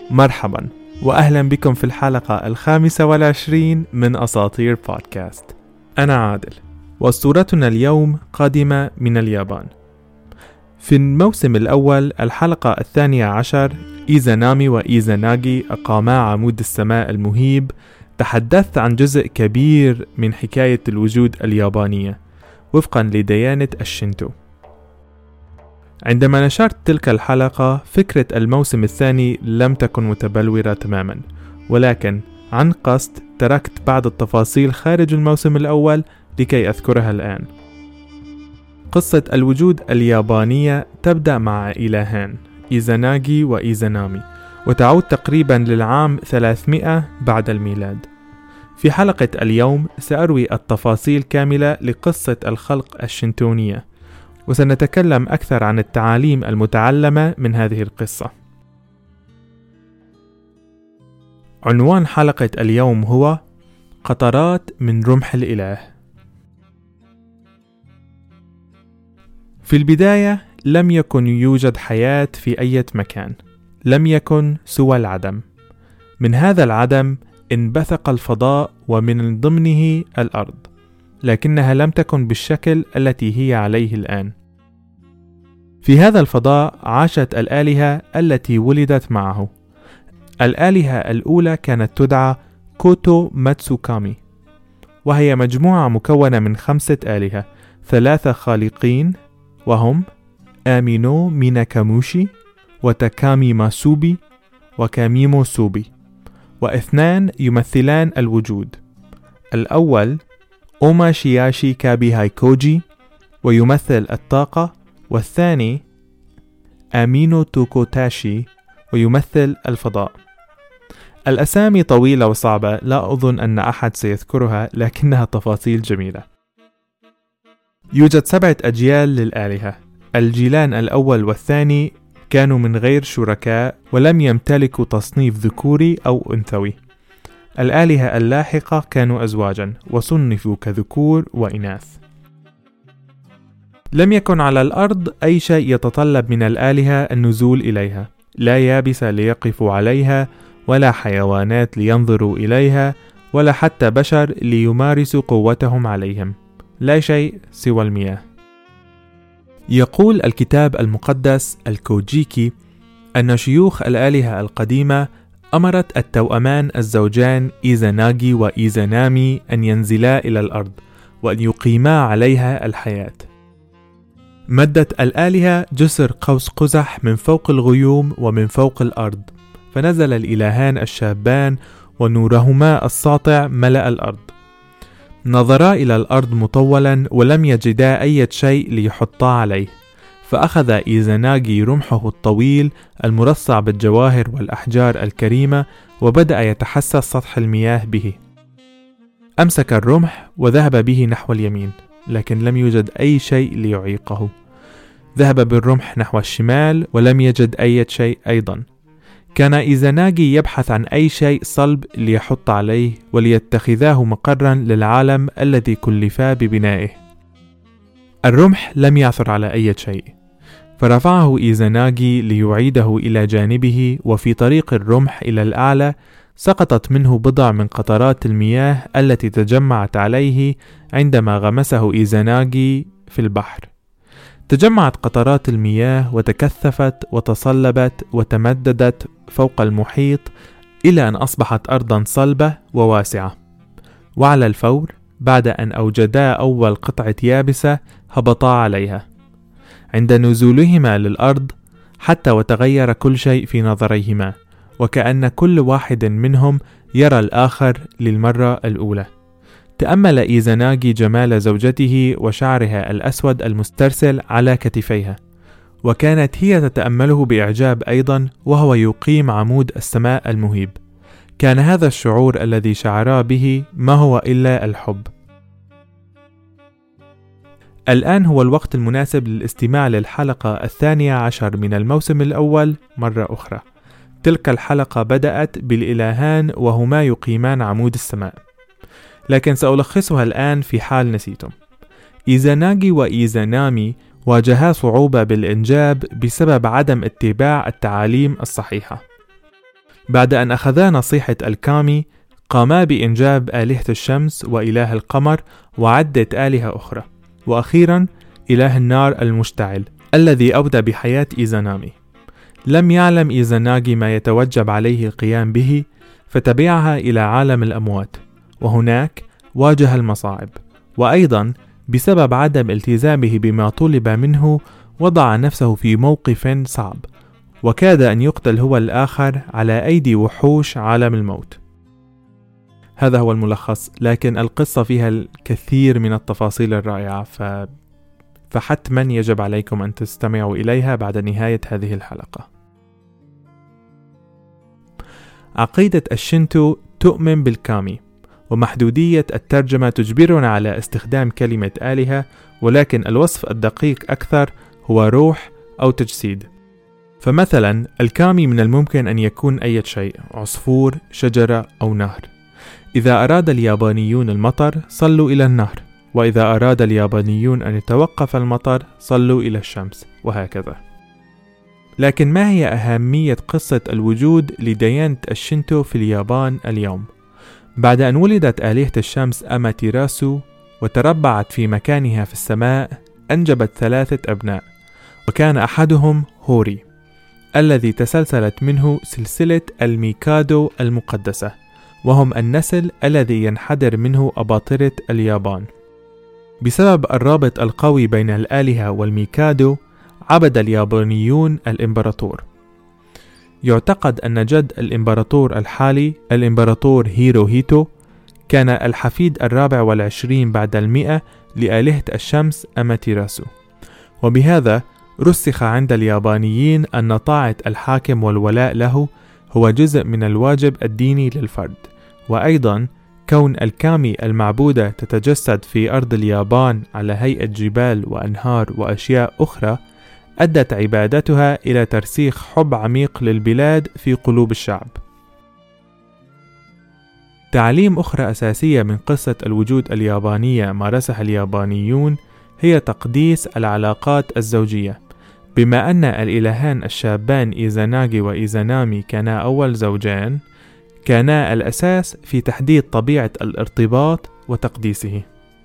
مرحبا وأهلا بكم في الحلقة 25 من أساطير بودكاست. أنا عادل، وأسطورتنا اليوم قادمة من اليابان. في الموسم الأول الحلقة 12 إيزانامي وإيزاناغي أقاما عمود السماء المهيب. تحدثت عن جزء كبير من حكاية الوجود اليابانية وفقا لديانة الشينتو. عندما نشرت تلك الحلقة فكرة الموسم الثاني لم تكن متبلورة تماما، ولكن عن قصد تركت بعض التفاصيل خارج الموسم الأول لكي أذكرها الآن. قصة الوجود اليابانية تبدأ مع إلهان إيزاناغي وإيزانامي، وتعود تقريبا للعام 300 بعد الميلاد. في حلقة اليوم سأروي التفاصيل كاملة لقصة الخلق الشينتونية، وسنتكلم أكثر عن التعاليم المتعلمة من هذه القصة. عنوان حلقة اليوم هو قطرات من رمح الإله. في البداية لم يكن يوجد حياة في أي مكان، لم يكن سوى العدم. من هذا العدم انبثق الفضاء ومن ضمنه الأرض، لكنها لم تكن بالشكل التي هي عليه الآن. في هذا الفضاء عاشت الآلهة التي ولدت معه. الآلهة الأولى كانت تدعى كوتو ماتسوكامي، وهي مجموعة مكونة من 5 آلهة، 3 خالقين وهم آمينو ميناكاموشي وتاكامي ماسوبي وكاميمو سوبي، و2 يمثلان الوجود. الأول أوما شياشي كابي هايكوجي ويمثل الطاقة، والثاني آمينو توكوتاشي ويمثل الفضاء. الأسامي طويلة وصعبة، لا أظن أن أحد سيذكرها، لكنها تفاصيل جميلة. يوجد 7 أجيال للآلهة. الجيلان الأول والثاني كانوا من غير شركاء ولم يمتلكوا تصنيف ذكوري أو أنثوي. الآلهة اللاحقة كانوا أزواجا وصنفوا كذكور وإناث. لم يكن على الأرض أي شيء يتطلب من الآلهة النزول إليها، لا يابسة ليقفوا عليها، ولا حيوانات لينظروا إليها، ولا حتى بشر ليمارسوا قوتهم عليهم، لا شيء سوى المياه. يقول الكتاب المقدس الكوجيكي أن شيوخ الآلهة القديمة أمرت التوأمان الزوجان إيزاناغي وإيزانامي أن ينزلا إلى الأرض وأن يقيما عليها الحياة. مدت الآلهة جسر قوس قزح من فوق الغيوم ومن فوق الأرض، فنزل الإلهان الشابان ونورهما الساطع ملأ الأرض. نظرا إلى الأرض مطولا ولم يجدا أي شيء ليحطا عليه، فأخذ إيزاناغي رمحه الطويل المرصع بالجواهر والأحجار الكريمة وبدأ يتحسس سطح المياه به. أمسك الرمح وذهب به نحو اليمين، لكن لم يوجد أي شيء ليعيقه. ذهب بالرمح نحو الشمال ولم يجد أي شيء أيضا. كان إيزاناغي يبحث عن أي شيء صلب ليحط عليه وليتخذاه مقرا للعالم الذي كلفا ببنائه. الرمح لم يعثر على أي شيء، فرفعه إيزاناغي ليعيده إلى جانبه، وفي طريق الرمح إلى الأعلى سقطت منه بضع من قطرات المياه التي تجمعت عليه عندما غمسه إيزاناغي في البحر. تجمعت قطرات المياه وتكثفت وتصلبت وتمددت فوق المحيط إلى أن أصبحت أرضا صلبة وواسعة. وعلى الفور بعد أن أوجدا أول قطعة يابسة هبطا عليها. عند نزولهما للأرض حتى وتغير كل شيء في نظريهما، وكأن كل واحد منهم يرى الآخر للمرة الأولى. تأمل إيزاناغي جمال زوجته وشعرها الأسود المسترسل على كتفيها، وكانت هي تتأمله بإعجاب أيضا وهو يقيم عمود السماء المهيب. كان هذا الشعور الذي شعرا به ما هو إلا الحب. الآن هو الوقت المناسب للاستماع للحلقة 12 من الموسم الأول مرة أخرى. تلك الحلقة بدأت بالإلهان وهما يقيمان عمود السماء، لكن سألخصها الآن في حال نسيتم. إيزاناغي وإيزانامي واجها صعوبة بالإنجاب بسبب عدم اتباع التعاليم الصحيحة. بعد أن أخذا نصيحة الكامي قاما بإنجاب آلهة الشمس وإله القمر وعدة آلهة أخرى، وأخيرا إله النار المشتعل الذي أودى بحياة إيزانامي. لم يعلم إيزاناغي ما يتوجب عليه القيام به، فتبعها إلى عالم الأموات، وهناك واجه المصاعب، وأيضا بسبب عدم التزامه بما طلب منه وضع نفسه في موقف صعب، وكاد أن يقتل هو الآخر على أيدي وحوش عالم الموت. هذا هو الملخص، لكن القصة فيها الكثير من التفاصيل الرائعة، فحتما يجب عليكم أن تستمعوا إليها بعد نهاية هذه الحلقة. عقيدة الشينتو تؤمن بالكامي، ومحدودية الترجمة تجبرنا على استخدام كلمة آلهة، ولكن الوصف الدقيق أكثر هو روح أو تجسيد. فمثلا الكامي من الممكن أن يكون أي شيء، عصفور، شجرة أو نهر. إذا أراد اليابانيون المطر صلوا إلى النهر، وإذا أراد اليابانيون أن يتوقف المطر صلوا إلى الشمس، وهكذا. لكن ما هي أهمية قصة الوجود لديانة الشينتو في اليابان اليوم؟ بعد أن ولدت آلهة الشمس أماتيراسو وتربعت في مكانها في السماء، أنجبت 3 أبناء، وكان أحدهم هوري الذي تسلسلت منه سلسلة الميكادو المقدسة، وهم النسل الذي ينحدر منه أباطرة اليابان. بسبب الرابط القوي بين الآلهة والميكادو، عبد اليابانيون الإمبراطور. يعتقد أن جد الإمبراطور الحالي الإمبراطور هيروهيتو كان الحفيد 24 بعد 100 لآلهة الشمس أماتيراسو، وبهذا رسخ عند اليابانيين أن طاعة الحاكم والولاء له هو جزء من الواجب الديني للفرد. وأيضا كون الكامي المعبودة تتجسد في أرض اليابان على هيئة جبال وأنهار وأشياء أخرى أدت عبادتها إلى ترسيخ حب عميق للبلاد في قلوب الشعب. تعليم أخرى أساسية من قصة الوجود اليابانية مارسها اليابانيون هي تقديس العلاقات الزوجية. بما أن الإلهان الشابان إيزاناغي وإيزانامي كانا أول زوجين، كانا الأساس في تحديد طبيعة الارتباط وتقديسه.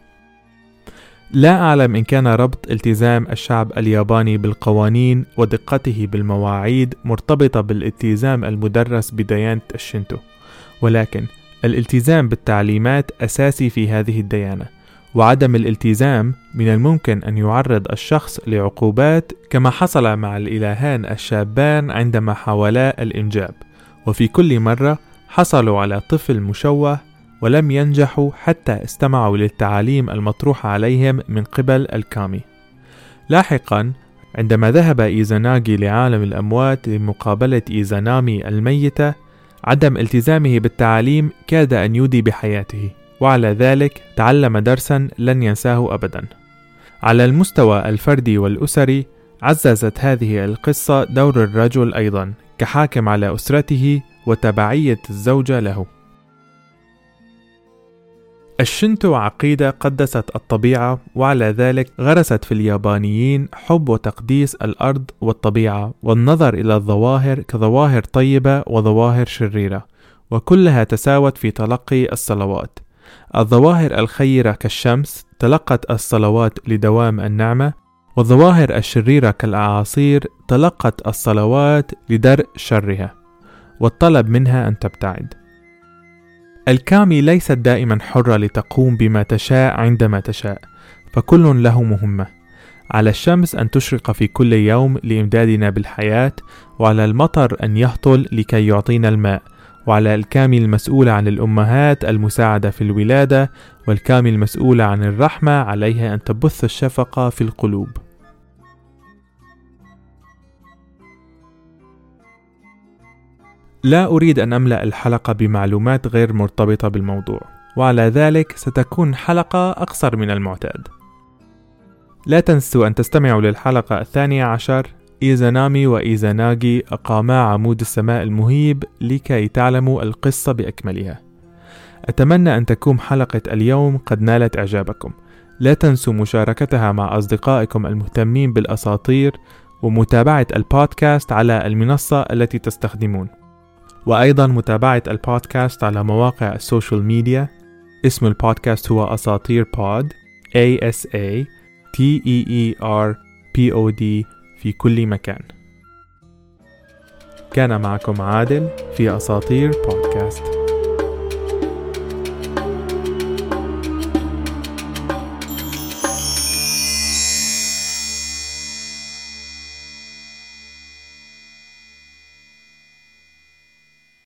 لا أعلم إن كان ربط التزام الشعب الياباني بالقوانين ودقته بالمواعيد مرتبطة بالالتزام المدرس بديانة الشينتو، ولكن الالتزام بالتعليمات أساسي في هذه الديانة، وعدم الالتزام من الممكن أن يعرض الشخص لعقوبات، كما حصل مع الإلهان الشابان عندما حاولا الإنجاب، وفي كل مرة حصلوا على طفل مشوه ولم ينجحوا حتى استمعوا للتعاليم المطروحة عليهم من قبل الكامي. لاحقا عندما ذهب إيزاناغي لعالم الأموات لمقابلة إيزانامي الميتة، عدم التزامه بالتعاليم كاد أن يودي بحياته، وعلى ذلك تعلم درسا لن ينساه أبدا. على المستوى الفردي والأسري، عززت هذه القصة دور الرجل أيضا كحاكم على أسرته وتبعية الزوجة له. الشينتو عقيدة قدست الطبيعة، وعلى ذلك غرست في اليابانيين حب وتقديس الأرض والطبيعة، والنظر إلى الظواهر كظواهر طيبة وظواهر شريرة، وكلها تساوت في تلقي الصلوات. الظواهر الخيرة كالشمس تلقت الصلوات لدوام النعمة، والظواهر الشريرة كالأعاصير تلقت الصلوات لدرء شرها والطلب منها أن تبتعد. الكامي ليست دائما حرة لتقوم بما تشاء عندما تشاء، فكل له مهمة. على الشمس أن تشرق في كل يوم لإمدادنا بالحياة، وعلى المطر أن يهطل لكي يعطينا الماء، وعلى الكامي المسؤول عن الأمهات المساعدة في الولادة، والكامي المسؤول عن الرحمة عليها أن تبث الشفقة في القلوب. لا أريد أن أملأ الحلقة بمعلومات غير مرتبطة بالموضوع، وعلى ذلك ستكون حلقة أقصر من المعتاد. لا تنسوا أن تستمعوا للحلقة 12. إيزانامي وإيزاناغي أقاما عمود السماء المهيب لكي تعلموا القصة بأكملها. أتمنى أن تكون حلقة اليوم قد نالت إعجابكم. لا تنسوا مشاركتها مع أصدقائكم المهتمين بالأساطير، ومتابعة البودكاست على المنصة التي تستخدمون. وأيضا متابعة البودكاست على مواقع السوشيال ميديا. اسم البودكاست هو أساطير بود ASATEER POD في كل مكان. كان معكم عادل في أساطير بودكاست.